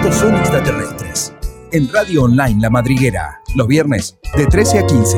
Estos son extraterrestres. En Radio Online La Madriguera, los viernes de 13 a 15.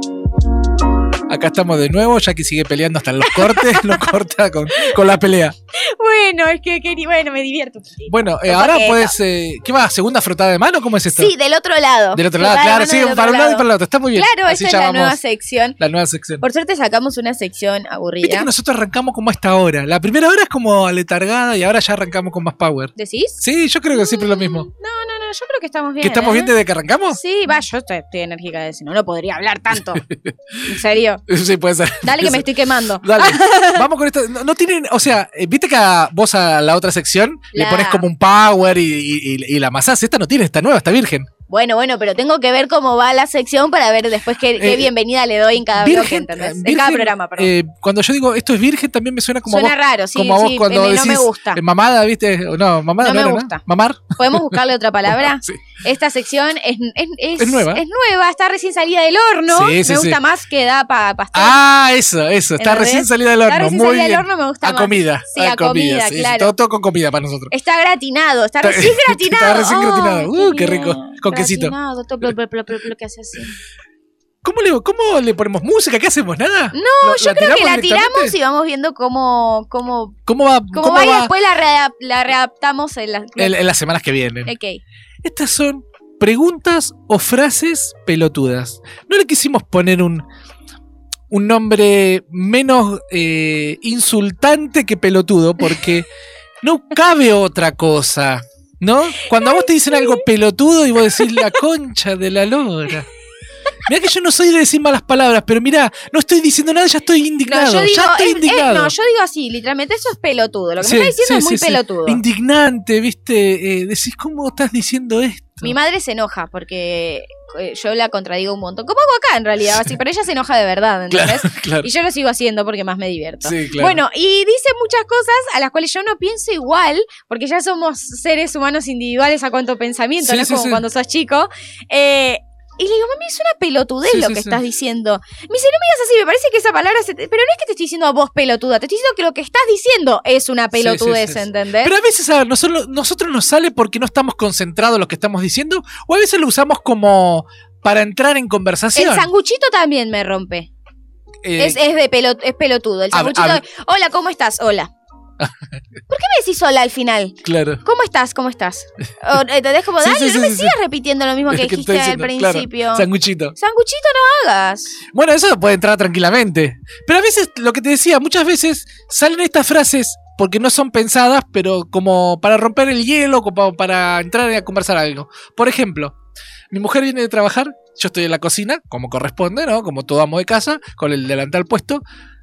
Acá estamos de nuevo, Jackie sigue peleando hasta los cortes, lo corta con la pelea. Bueno, es que bueno, me divierto. Bueno, ahora puedes, ¿qué va? ¿Segunda frotada de mano? ¿Cómo es esto? Sí, del otro lado. Del otro lado, claro, sí, para un lado y para el otro, está muy bien. Claro, así esa es la nueva sección. La nueva sección. Por suerte sacamos una sección aburrida. Viste que nosotros arrancamos como a esta hora. La primera hora es como aletargada y ahora ya arrancamos con más power. ¿Decís? Sí, yo creo que siempre es lo mismo. No, yo creo que estamos bien. ¿Que estamos bien desde que arrancamos? Sí, yo estoy enérgica de eso, no podría hablar tanto. ¿En serio? Sí, puede ser. Dale que me estoy quemando. Dale, vamos con esto. No tienen, o sea, viste que vos a la otra sección le pones como un power y la amasás. Esta no tiene, está nueva, está virgen. Bueno, pero tengo que ver cómo va la sección para ver después qué bienvenida le doy en cada bloque, ¿entendés? En cada programa, perdón. Cuando yo digo esto es virgen, también me suena como a vos. Suena raro, sí, como a vos cuando decís, no me gusta. Mamada, ¿viste? No, mamada no me gusta. ¿no? Mamar. ¿Podemos buscarle otra palabra? Sí. Esta sección es nueva. Es nueva, está recién salida del horno. Sí, me gusta más que da para pastor. Ah, eso, está recién salida del horno. Está recién salida del horno, me gusta más. Comida. Sí, a comida, sí, claro. Todo con comida para nosotros. Está gratinado, está recién gratinado. Está recién gratinado. Qué rico. Con quesito. ¿Qué hace así? ¿Cómo le ponemos música? ¿Qué hacemos? ¿Nada? No, yo creo que la tiramos y vamos viendo cómo va y después la readaptamos en las semanas que vienen. Ok. Estas son preguntas o frases pelotudas. No le quisimos poner un nombre menos insultante que pelotudo porque no cabe otra cosa, ¿no? Cuando a vos te dicen algo pelotudo y vos decís la concha de la lora. Mirá que yo no soy de decir malas palabras, pero mirá, no estoy diciendo nada, ya estoy indignado. No, yo digo, indignado. yo digo así, literalmente, eso es pelotudo. Lo que me está diciendo es muy pelotudo. Indignante, ¿viste? Decís, ¿cómo estás diciendo esto? Mi madre se enoja porque yo la contradigo un montón. Como hago acá, en realidad, así, pero ella se enoja de verdad, ¿entendés? Claro. Y yo lo sigo haciendo porque más me divierto. Sí, claro. Bueno, y dice muchas cosas a las cuales yo no pienso igual, porque ya somos seres humanos individuales a cuanto pensamiento, no es como cuando sos chico. Y le digo, mami, es una pelotudez lo que estás diciendo. Me dice, no me digas así, me parece que esa palabra... Pero no es que te estoy diciendo a vos pelotuda, te estoy diciendo que lo que estás diciendo es una pelotudez, ¿entendés? Pero a veces nosotros nos sale porque no estamos concentrados en lo que estamos diciendo, o a veces lo usamos como para entrar en conversación. El sanguchito también me rompe. Es pelotudo. El sanguchito hola, ¿cómo estás? Hola. ¿Por qué me decís hola al final? Claro. ¿Cómo estás? O te dejo como, dale, no me sigas repitiendo lo mismo que dijiste al principio. Claro. Sanguchito no hagas. Bueno, eso puede entrar tranquilamente. Pero a veces, lo que te decía, muchas veces salen estas frases porque no son pensadas, pero como para romper el hielo, como para entrar a conversar algo. Por ejemplo, mi mujer viene de trabajar, yo estoy en la cocina, como corresponde, ¿no? Como todo amo de casa, con el delantal puesto.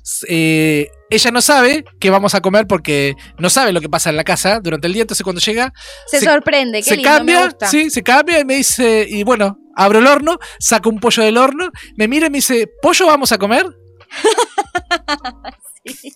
Ella no sabe qué vamos a comer porque no sabe lo que pasa en la casa durante el día, entonces cuando llega se sorprende, qué lindo, cambia, me gusta. Sí, se cambia y me dice, y bueno, abro el horno, saco un pollo del horno, me mira y me dice, ¿pollo vamos a comer? Sí.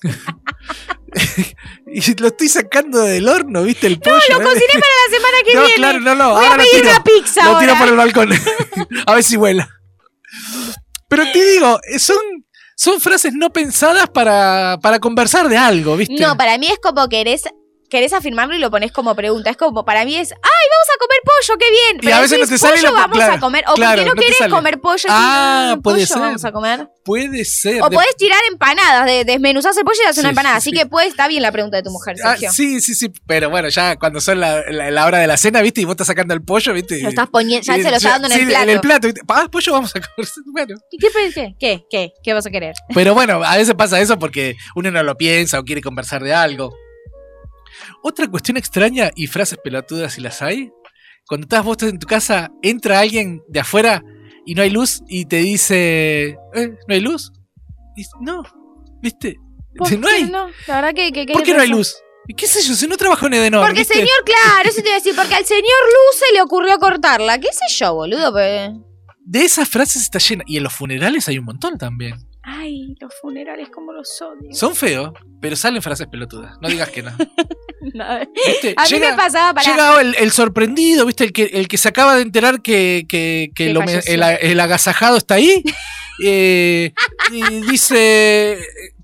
Y lo estoy sacando del horno, ¿viste? El pollo. No, lo cociné para la semana que viene. Claro, no. Voy ahora a pedir una pizza. Lo tiro por el balcón. A ver si vuela. Pero te digo, son frases no pensadas para conversar de algo, ¿viste? No, para mí es como querés afirmarlo y lo pones como pregunta. Es como, para mí es, ¡ay, vamos a comer pollo, qué bien! Pero y a veces no te sale pollo vamos a comer. O ¿por qué no querés comer pollo? Puede ser. Vamos a comer. Puede ser. O podés tirar empanadas, desmenuzás el pollo y haces una empanada. Así que está bien la pregunta de tu mujer, Sergio. Sí. Pero bueno, ya cuando son la hora de la cena, ¿viste? Y vos estás sacando el pollo, ¿viste? Lo estás poniendo, ya se lo está dando en el plato. En el plato, ¿viste? Pollo vamos a comer. Bueno. ¿Y qué vas a querer? Pero bueno, a veces pasa eso porque uno no lo piensa o quiere conversar de algo. Otra cuestión extraña y frases pelotudas si las hay. Cuando estás vos en tu casa, entra alguien de afuera y no hay luz y te dice, ¿no hay luz? Y no, ¿viste? No hay. No, la verdad que ¿por qué no hay luz? ¿Y qué sé yo? Si no trabajo en Edenor. Porque ¿viste? señor, claro, eso te iba a decir, porque al señor Luz se le ocurrió cortarla. ¿Qué sé yo, boludo? De esas frases está llena. Y en los funerales hay un montón también. Ay, los funerales, como los odio. Son feos, pero salen frases pelotudas. No digas que no. No. A mí me pasaba Llega el sorprendido, ¿viste? El que se acaba de enterar que el agasajado está ahí. Y dice,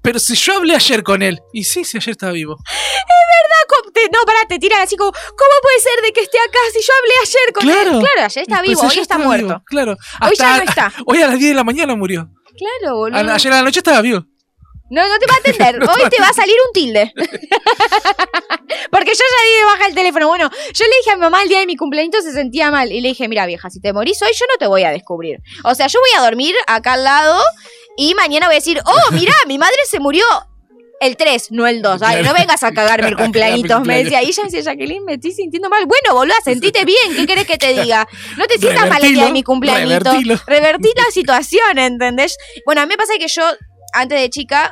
pero si yo hablé ayer con él. Y sí, ayer estaba vivo. Es verdad, no, pará, te tiran así como, ¿cómo puede ser de que esté acá si yo hablé ayer con él? Claro, ayer está vivo, hoy está muerto. Vivo, claro. Hoy ya no está. Hoy a las 10 de la mañana murió. Claro, boludo. Ayer a la noche estaba vivo. No te va a atender. Hoy te va a salir un tilde. Porque yo ya di de baja el teléfono. Bueno, yo le dije a mi mamá el día de mi cumpleaños se sentía mal. Y le dije, mira vieja, si te morís hoy yo no te voy a descubrir. O sea, yo voy a dormir acá al lado y mañana voy a decir, oh, mirá, mi madre se murió el 3, no el 2. Ay, no vengas a cagarme el cumpleaños, me decía. Y ella me decía, Jacqueline, me estoy sintiendo mal. Bueno, boluda, sentite bien. ¿Qué querés que te diga? No te sientas mal el día de mi cumpleaños. Revertí la situación, ¿entendés? Bueno, a mí me pasa que yo, antes de chica,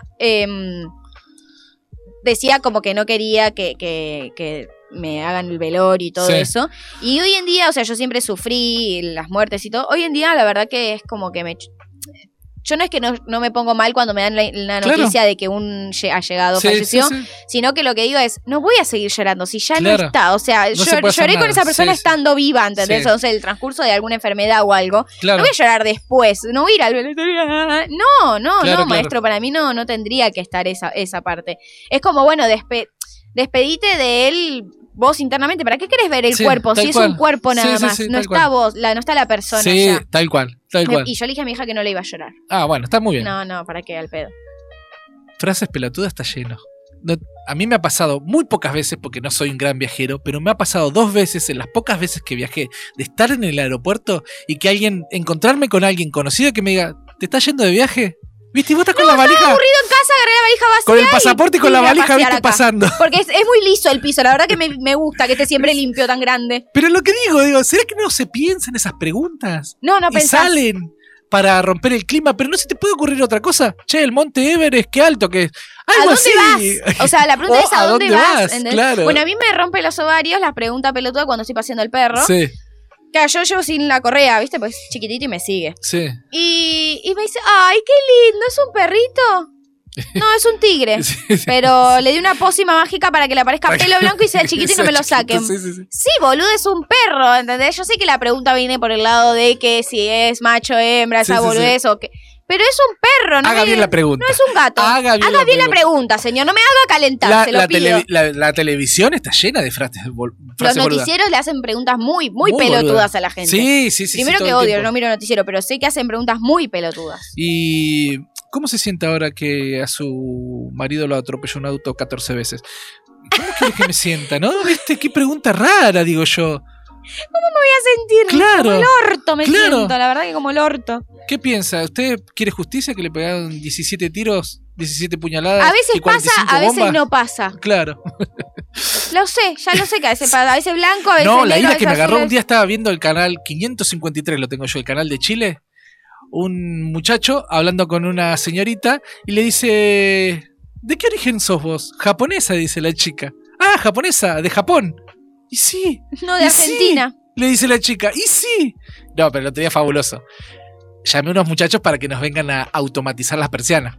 decía como que no quería que me hagan el velorio y todo eso. Y hoy en día, o sea, yo siempre sufrí las muertes y todo. Hoy en día, la verdad que es como que yo no es que no me pongo mal cuando me dan la noticia de que un allegado falleció, sino que lo que digo es, no voy a seguir llorando si ya no está. O sea, lloré con esa persona estando viva, ¿entendés? O sea, el transcurso de alguna enfermedad o algo. No voy a llorar después, no voy a ir al velorio. No, maestro, para mí no tendría que estar esa parte. Es como, bueno, despedite de él vos internamente. ¿Para qué querés ver el cuerpo? Si es un cuerpo nada más. No está vos, no está la persona ya. Tal cual. Y yo le dije a mi hija que no le iba a llorar. Ah, bueno, está muy bien. No, ¿para qué? Al pedo. Frases pelotudas está lleno. No, a mí me ha pasado muy pocas veces, porque no soy un gran viajero, pero me ha pasado 2 veces en las pocas veces que viajé, de estar en el aeropuerto y que encontrarme con alguien conocido que me diga, ¿te estás yendo de viaje? ¿Viste? Y vos estás con la valija. Estaba aburrido en casa, agarré la valija vacía. Con el pasaporte y con la valija, viste, pasando. Porque es muy liso el piso. La verdad que me gusta que esté siempre limpio, tan grande. Pero lo que digo, ¿será que no se piensan esas preguntas? No pensás. Y salen para romper el clima, pero no se te puede ocurrir otra cosa. Che, el monte Everest, qué alto que es. Algo ¿A dónde vas? O sea, la pregunta es ¿a dónde vas? Claro. Bueno, a mí me rompe los ovarios la pregunta pelotuda cuando estoy paseando el perro. Sí. Claro, yo llevo sin la correa, ¿viste? Pues chiquitito y me sigue. Sí. Y me dice, ay, qué lindo, ¿es un perrito? No, es un tigre. Pero le di una pócima mágica para que le aparezca pelo blanco y sea chiquito y no me lo saquen. Sí, boludo, es un perro, ¿entendés? Yo sé que la pregunta viene por el lado de que si es macho, hembra, esa boludez o qué. Pero es un perro, ¿no? Haga bien la pregunta. No es un gato. Haga bien la pregunta, señor. No me haga calentar, se lo pido. La televisión está llena de frases Los noticieros le hacen preguntas muy pelotudas a la gente. Sí. Primero que odio, no miro noticiero, pero sé que hacen preguntas muy pelotudas. ¿Y cómo se siente ahora que a su marido lo atropelló un auto 14 veces? ¿Cómo quieres que me sienta, no? ¿Viste? Qué pregunta rara, digo yo. ¿Cómo me voy a sentir? Claro, como el orto me siento, la verdad que como el orto. ¿Qué piensa? ¿Usted quiere justicia que le pegaron 17 tiros, 17 puñaladas? A veces y 45 pasa, a veces bombas? No pasa. Claro. Ya lo sé que a veces pasa, a veces blanco, a veces No, negro, la isla que me azul. agarró un día estaba viendo el canal 553, lo tengo yo, el canal de Chile. Un muchacho hablando con una señorita y le dice, ¿de qué origen sos vos? Japonesa, dice la chica. Ah, japonesa, de Japón. Y sí. No, de Argentina. Sí, le dice la chica. Y sí. No, pero el otro día fabuloso. Llamé a unos muchachos para que nos vengan a automatizar las persianas.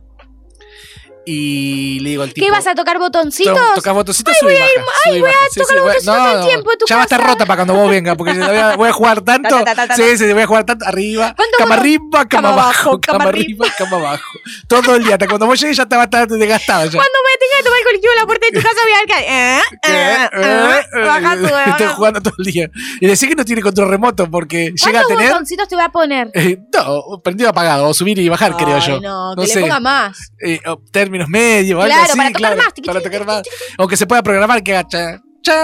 Y le digo al tipo... ¿Qué, vas a tocar botoncitos? ¿Tocas botoncitos? Voy a tocar los botoncitos todo el tiempo en tu ya casa. va a estar rota para cuando vos vengas, porque voy a jugar tanto. Sí, voy a jugar tanto. Arriba, cama arriba, cama abajo. Cama arriba, cama abajo. Todo el día, hasta cuando vos llegues ya te va a estar desgastado. Cuando me tenga que tomar el colectivo a la puerta de tu casa voy a ver estoy jugando todo el día. Y decís que no tiene control remoto, porque llega a tener... ¿Cuántos botoncitos te voy a poner? No, prendido apagado, o subir y bajar, creo yo. No, que le ponga más. Términos medios, claro, algo así, para tocar más. Para tocar más. O que se pueda programar que haga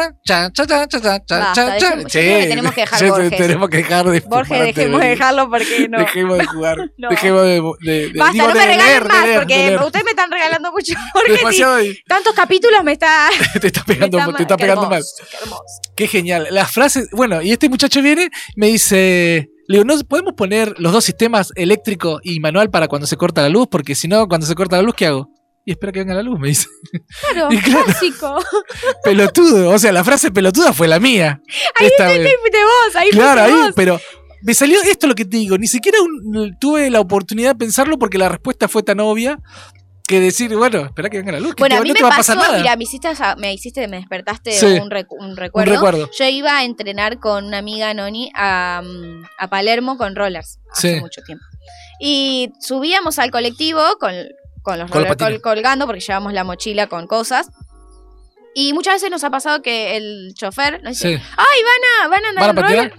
tenemos que dejar Borges. Tenemos que dejar de Borges, dejemos de dejarlo porque no. Dejemos de jugar. No. Dejemos de basta, no me regalen más porque ustedes me están regalando mucho. Porque tantos capítulos me está... te está pegando mal. Qué genial. Las frases... Bueno, y este muchacho viene me dice... Le digo, ¿no podemos poner los 2 sistemas, eléctrico y manual, para cuando se corta la luz? Porque si no, cuando se corta la luz, ¿qué hago? Y espera que venga la luz, me dice. Claro, básico. Pelotudo, o sea, la frase pelotuda fue la mía. Ahí fuiste vos, claro, ahí, pero me salió esto lo que te digo, ni siquiera tuve la oportunidad de pensarlo porque la respuesta fue tan obvia que decir, bueno, espera que venga la luz. Bueno, a mí no me te va a pasar nada. Mira, me despertaste un recuerdo. Yo iba a entrenar con una amiga Noni a Palermo con rollers hace mucho tiempo. Y subíamos al colectivo con los roller colgando, porque llevamos la mochila con cosas. Y muchas veces nos ha pasado que el chofer nos dice, ¡ay, van a andar en roller!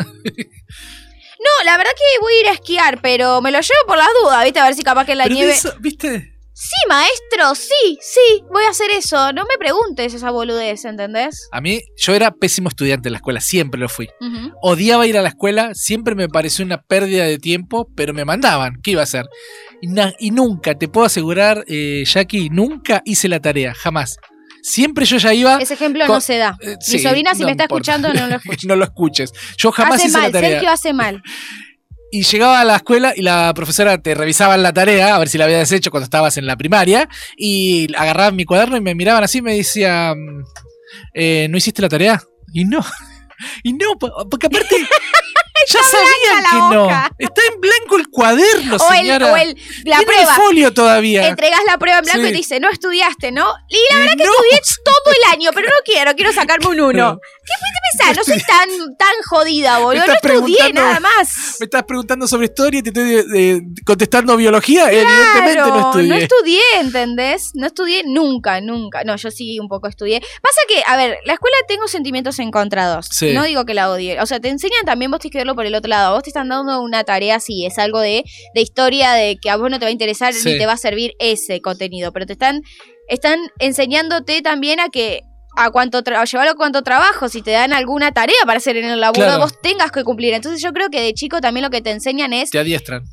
No, la verdad que voy a ir a esquiar, pero me lo llevo por las dudas, ¿viste? A ver si capaz que en la nieve... Eso, ¿viste? Sí, maestro, sí, voy a hacer eso. No me preguntes esa boludez, ¿entendés? A mí, yo era pésimo estudiante en la escuela, siempre lo fui. Odiaba ir a la escuela, siempre me pareció una pérdida de tiempo, pero me mandaban, ¿qué iba a hacer? Y nunca, te puedo asegurar, Jackie, nunca hice la tarea, jamás. Siempre yo ya iba... Ese ejemplo no se da. Mi sobrina, si me está escuchando, no lo escuches. No lo escuches. Yo jamás hice la tarea. Sergio hace mal. Y llegaba a la escuela y la profesora te revisaba la tarea, a ver si la habías hecho cuando estabas en la primaria, y agarraban mi cuaderno y me miraban así y me decía, ¿no hiciste la tarea? Y no, porque aparte... Ya sabían que no. Está en blanco el cuaderno, señora. O la tiene prueba. El folio todavía. Entregas la prueba en blanco y te dice, no estudiaste, ¿no? Y la verdad que estudié todo el año, pero no quiero sacarme un 1. ¿Qué pensás? No soy tan jodida, boludo. No estudié nada más. Me estás preguntando sobre historia y te estoy contestando biología. Claro, evidentemente no estudié. No estudié, ¿entendés? No estudié nunca. No, yo sí un poco estudié. Pasa que, a ver, la escuela tengo sentimientos encontrados. Sí. No digo que la odie. O sea, te enseñan también, vos tenés que verlo por el otro lado. Vos te están dando una tarea, sí, es algo de historia, de que a vos no te va a interesar ni te va a servir ese contenido. Pero te están enseñándote también a llevarlo a cuánto trabajo, si te dan alguna tarea para hacer en el laburo, vos tengas que cumplir. Entonces yo creo que de chico también lo que te enseñan es... Te adiestran.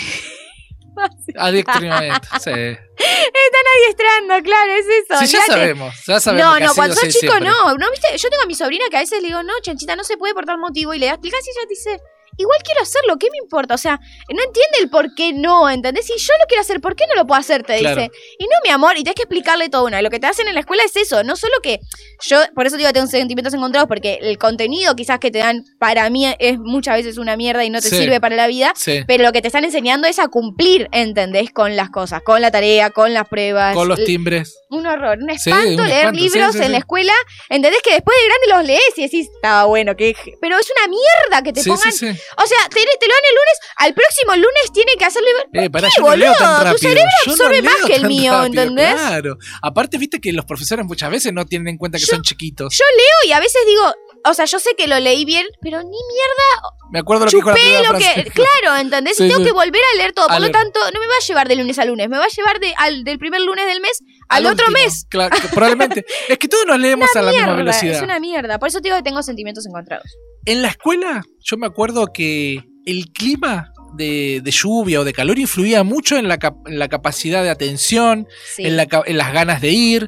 Adiestramiento, sí. Están adiestrando, claro, es eso. Sí, ya sabemos. No, cuando sos chico no, ¿viste? Yo tengo a mi sobrina que a veces le digo, no, Chanchita, no se puede por tal motivo, y le das explicas y ella te dice... Igual quiero hacerlo, ¿qué me importa? O sea, no entiende el por qué no, ¿entendés? Si yo lo quiero hacer, ¿por qué no lo puedo hacer? Te dice. Y no, mi amor, y tenés que explicarle todo una. Lo que te hacen en la escuela es eso, no solo que yo, por eso digo que tengo sentimientos encontrados, porque el contenido quizás que te dan para mí es muchas veces una mierda y no te sirve para la vida, pero lo que te están enseñando es a cumplir, ¿entendés? Con las cosas, con la tarea, con las pruebas. Con los timbres. Un horror, un espanto leer libros en la escuela, ¿entendés? Que después de grande los lees y decís, estaba bueno, pero es una mierda que te pongan... O sea, te lo dan el lunes, al próximo lunes tiene que hacerle... Pará, yo no leo tan rápido. Tu cerebro absorbe más que el mío, rápido, ¿entendés? Claro. Aparte, viste que los profesores muchas veces no tienen en cuenta que son chiquitos. Yo leo y a veces digo... O sea, yo sé que lo leí bien, pero ni mierda. Me acuerdo lo que dijo la primera frase. Claro, ¿entendés? Y tengo que volver a leer todo. Por lo tanto, no me va a llevar de lunes a lunes. Me va a llevar del primer lunes del mes al otro mes. Claro, probablemente. Es que todos nos leemos a la misma velocidad. Es una mierda. Por eso te digo que tengo sentimientos encontrados. En la escuela, yo me acuerdo que el clima de lluvia o de calor influía mucho en la capacidad de atención, en las ganas de ir.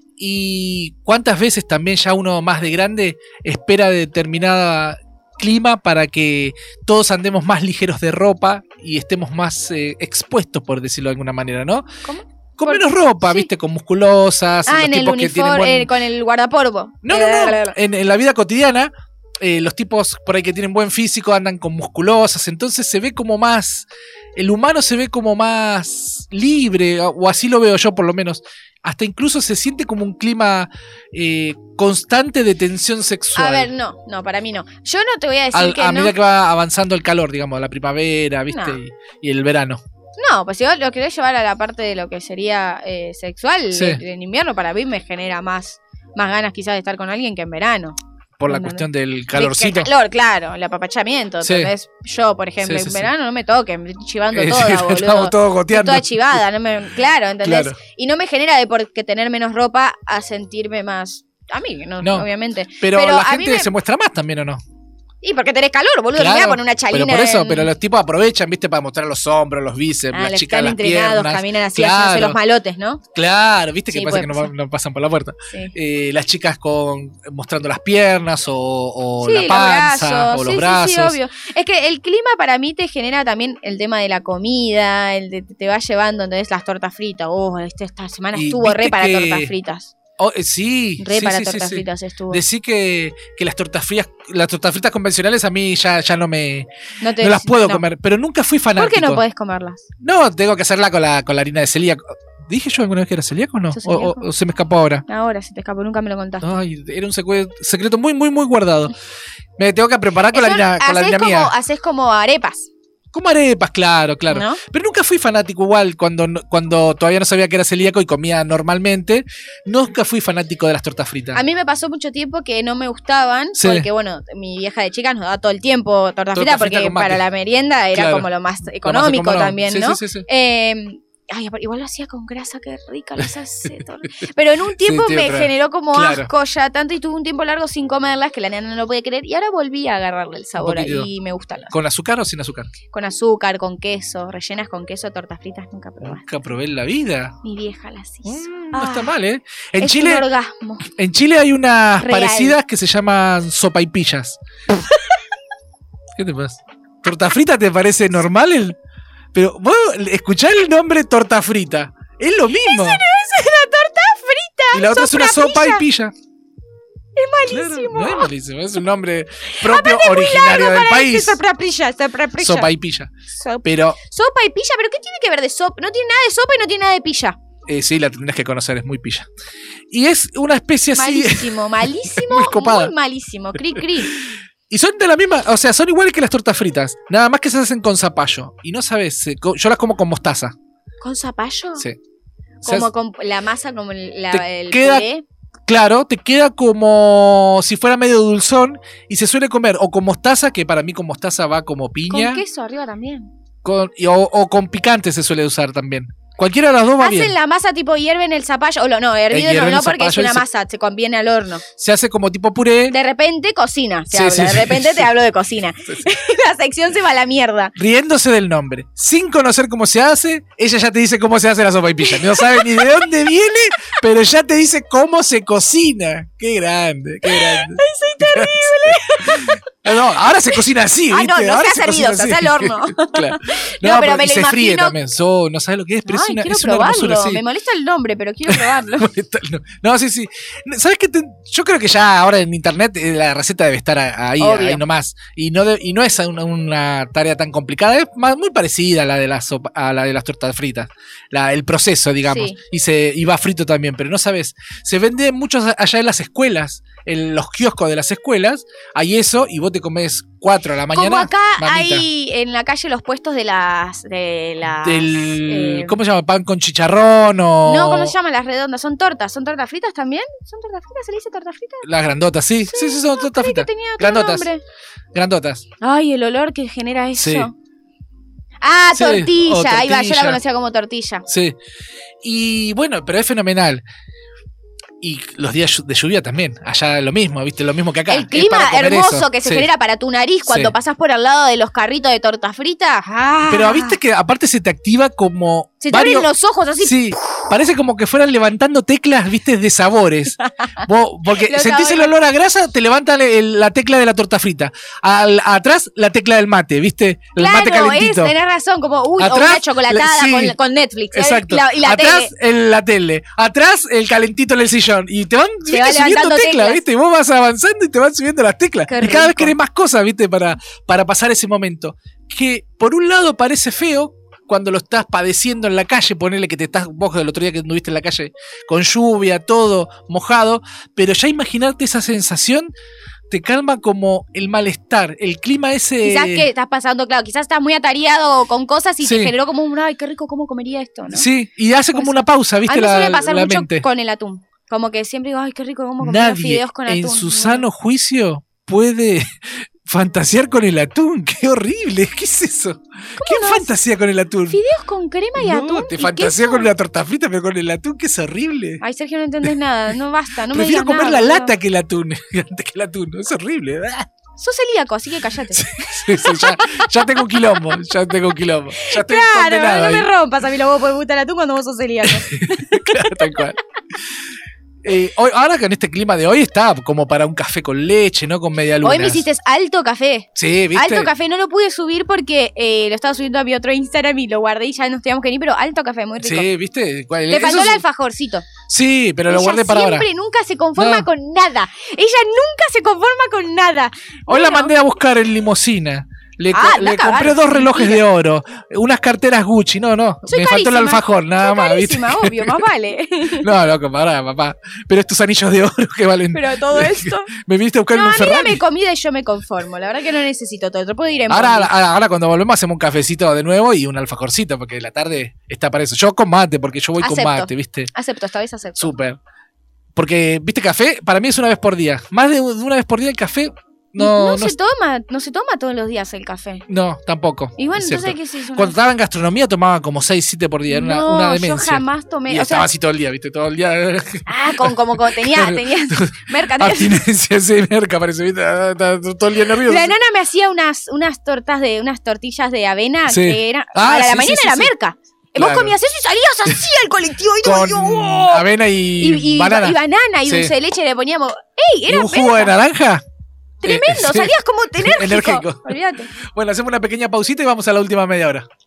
Y cuántas veces también ya uno más de grande espera determinada clima para que todos andemos más ligeros de ropa y estemos más expuestos, por decirlo de alguna manera, ¿no? ¿Cómo? Con menos ropa, ¿viste? Con musculosas. En el uniforme, con el guardapolvo. No. En la vida cotidiana, los tipos por ahí que tienen buen físico andan con musculosas, entonces se ve como más... El humano se ve como más libre, o así lo veo yo por lo menos. Hasta incluso se siente como un clima constante de tensión sexual. A ver, no, para mí no. Yo no te voy a decir que no. A medida que va avanzando el calor, digamos, la primavera, ¿viste? No. Y el verano. No, pues si vos lo querés llevar a la parte de lo que sería sexual, en invierno para mí me genera más ganas quizás de estar con alguien que en verano. Por la cuestión del calorcito. El calor, claro, el apapachamiento. Entonces, yo, por ejemplo, en verano no me toquen, me estoy chivando toda, boludo. Estamos todos goteando. Estoy toda chivada, claro, ¿entendés? Claro. Y no me genera de porque tener menos ropa a sentirme más... A mí, no, obviamente. Pero la gente se muestra más también, ¿o no? Y porque tenés calor, boludo, me voy a poner una chalina. Pero por eso, pero los tipos aprovechan, ¿viste? Para mostrar los hombros, los bíceps, las chicas, las piernas. Caminan así, haciéndose los malotes, ¿no? Claro, ¿viste? Que pasa que no pasan por la puerta. Sí. Las chicas mostrando las piernas o la panza o los brazos. Sí, obvio. Es que el clima para mí te genera también el tema de la comida, te va llevando, entonces las tortas fritas. Esta semana estuvo re para tortas fritas. Sí, para tortas fritas estuvo. Decí que las tortas fritas convencionales a mí ya no las puedo comer, pero nunca fui fanático. ¿Por qué no podés comerlas? No, tengo que hacerla con la harina de celíaco. ¿Dije yo alguna vez que era celíaco o no? ¿O se me escapó ahora? Ahora se te escapó, nunca me lo contaste. Ay, era un secreto muy, muy, muy guardado. Me tengo que preparar con la harina mía. Haces como arepas. Como arepas, claro. ¿No? Pero nunca fui fanático igual cuando todavía no sabía que era celíaco y comía normalmente. Nunca fui fanático de las tortas fritas. A mí me pasó mucho tiempo que no me gustaban, Sí. porque bueno, mi vieja de chica nos daba todo el tiempo tortas fritas, frita porque con mate. para la merienda era Claro. como lo más económico también, Sí, ¿no? sí. Ay, igual lo hacía con grasa, qué rica las hace. Pero en un tiempo tiene me otra- generó como claro. asco ya tanto y tuve un tiempo largo sin comerlas que la nena no lo podía creer y ahora volví a agarrarle el sabor poquitito. y me gustan las. ¿Con azúcar o sin azúcar? Con azúcar, con queso, rellenas con queso, tortas fritas nunca probaste. Nunca probé en la vida. Mi vieja las hizo. No está mal, ¿eh? En es Chile, un orgasmo. en Chile hay unas Real. parecidas que se llaman sopaipillas. ¿Qué te pasa? ¿Torta frita te parece normal? Pero vos escuchá el nombre torta frita. Es lo mismo. Es una torta frita. Y la otra es una sopa y pilla. Es malísimo. Claro, no es malísimo, es un nombre propio originario del país. Sopa Sopa y pilla. Sopa Pero y pilla, pero ¿qué tiene que ver de sopa? No tiene nada de sopa y no tiene nada de pilla. sí, la tendrás que conocer, es muy pilla. Y es una especie así. Malísimo, malísimo, Muy copada. muy malísimo. Cri, cri. Y son de la misma, o sea, son iguales que las tortas fritas. Nada más que se hacen con zapallo. Y no sabes, yo las como con mostaza. ¿Con zapallo? Sí. O sea, Como con la masa, como el queda- puré. claro, te queda como si fuera medio dulzón. Y se suele comer o con mostaza, que para mí con mostaza va como piña. Con queso arriba también. O con picante se suele usar también. Cualquiera de las dos va Hacen bien. la masa tipo hierven el zapallo. O no, hervido Hierven no, el porque es zapallo una y se- masa, se conviene al horno. Se hace como tipo puré. De repente cocina, se Sí, habla. sí, De sí, repente sí. te hablo de cocina. La sección se va a la mierda. Riéndose del nombre, sin conocer cómo se hace, ella ya te dice cómo se hace la sopaipilla. No sabe ni de dónde viene, pero ya te dice cómo se cocina. Qué grande, qué grande. ¡Ay, soy terrible! No, ahora se cocina así, Ah, ¿viste? no, no Ahora se ha servido, cocina se hace así. al horno. Claro. No, pero me y lo se fríe imagino- también. No sabes lo que es, pero Ay, quiero es una probarlo. hermosura, sí. Me molesta el nombre, pero quiero probarlo. No, sí. ¿Sabes qué? Yo creo que ya ahora en internet la receta debe estar ahí Obvio. nomás. Y no es una tarea tan complicada. Es muy parecida a la de las tortas fritas. El proceso, digamos. Sí. Y va frito también, pero no sabes. Se vende mucho allá en las escuelas. En los kioscos de las escuelas hay eso y vos te comes 4 a la mañana. Como acá mamita. hay en la calle los puestos de las ¿Cómo se llama? ¿Pan con chicharrón o...? No, ¿cómo se llaman las redondas? ¿Son tortas? ¿Son tortas fritas también? ¿Son tortas fritas? ¿Se le dice tortas fritas? Las grandotas, sí, son tortas Creí que fritas. tenía otro Grandotas. nombre. Grandotas. Ay, el olor que genera eso. Sí. Ah, Sí, tortilla. o Ahí va, yo la tortilla. conocía como tortilla. Sí. Y bueno, pero es fenomenal. Y los días de lluvia también. Allá lo mismo, ¿viste? Lo mismo que acá. El Es clima para comer hermoso eso. que se Sí. genera para tu nariz cuando Sí. pasás por al lado de los carritos de tortas fritas. Ah. Pero viste que aparte se te activa como. Se te abren los ojos así. Sí, parece como que fueran levantando teclas, viste, de sabores. Porque Los sentís el sabores. olor a grasa, te levantan la tecla de la torta frita. Atrás, la tecla del mate, viste. El mate Claro, calentito. tenés razón, como o Atrás, una chocolatada sí. con Netflix. ¿sabes? Exacto. Y la Atrás tele. la tele. Atrás el calentito en el sillón. Y te van Te va subiendo levantando teclas, teclas. ¿viste? Y vos vas avanzando y te van subiendo las teclas. Qué Y cada vez rico. querés más cosas, ¿viste? Para pasar ese momento. Que por un lado parece feo cuando lo estás padeciendo en la calle, ponele que vos el otro día que anduviste en la calle con lluvia, todo mojado, pero ya imaginarte esa sensación te calma como el malestar, el clima ese. Quizás que estás pasando, claro, quizás estás muy atareado con cosas y Sí. te generó como un, ay, qué rico, ¿cómo comería esto? ¿no? Sí, y hace como Pues, una pausa, A ¿viste? mí me suele pasar la mucho mente. con el atún. Como que siempre digo, ay, qué rico, ¿cómo comería Nadie fideos con atún? en su sano juicio puede fantasear con el atún. ¡Qué horrible! ¿Qué es eso? ¿Quién no? fantasea con el atún? Fideos con crema y atún. te ¿y fantasea queso? con una torta frita, pero con el atún, que es horrible. Ay, Sergio, no entendés nada. No basta, no Prefiero me digas comer nada, la boludo. lata que el atún, antes que el atún. Es horrible. Sos celíaco, así que callate. Sí, ya tengo un quilombo. Ya estoy Claro, condenado no me ahí. rompas a mí los huevos por gustar el atún cuando vos sos celíaco. Claro, tal cual. Ahora que en este clima de hoy está como para un café con leche, ¿no? Con media luna. Hoy me hiciste alto café. Sí, ¿viste? Alto café, no lo pude subir porque lo estaba subiendo a mi otro Instagram y lo guardé y ya nos teníamos que ir, pero alto café, muy rico. Sí, ¿viste? Te faltó el alfajorcito. Sí, pero lo Ella guardé para ahora. siempre nunca se conforma No. con nada. Ella nunca se conforma con nada. Hoy la Bueno, mandé a buscar en limosina. Le compré 2 relojes de oro, unas carteras Gucci. No, Soy me carísima. faltó el alfajor, nada más. Carísima, ¿viste? obvio, más vale. No, loco, pará, papá. Pero estos anillos de oro que valen. Pero todo esto. Me viniste a buscar en un A mí Ferrari. dame comida y yo me conformo. La verdad que no necesito todo. Te puedo ir en Ahora cuando volvemos hacemos un cafecito de nuevo y un alfajorcito, porque la tarde está para eso. Yo con mate, porque yo voy con mate, ¿viste? Acepto, esta vez acepto. Súper. Porque, ¿viste? Café, para mí es una vez por día. Más de una vez por día el café, no se toma todos los días el café. No, tampoco. Y bueno, es entonces cierto. ¿qué se hizo? Cuando estaba en gastronomía tomaba como 6, 7 por día. Era una demencia. Yo jamás tomé. Y estaba así todo el día, ¿viste? Todo el día. Como tenías merca. Abstinencia, sí, merca, parece, ¿viste? Todo el día nervioso. La nana me hacía unas tortillas de avena que eran. A la mañana era merca. Claro. Vos comías eso y salías así al colectivo y con avena y banana. Y banana y dulce de leche le poníamos. ¡Ey! Era ¿Y un jugo de naranja? Tremendo, salías como enérgico. Olvídate. Bueno, hacemos una pequeña pausita y vamos a la última media hora.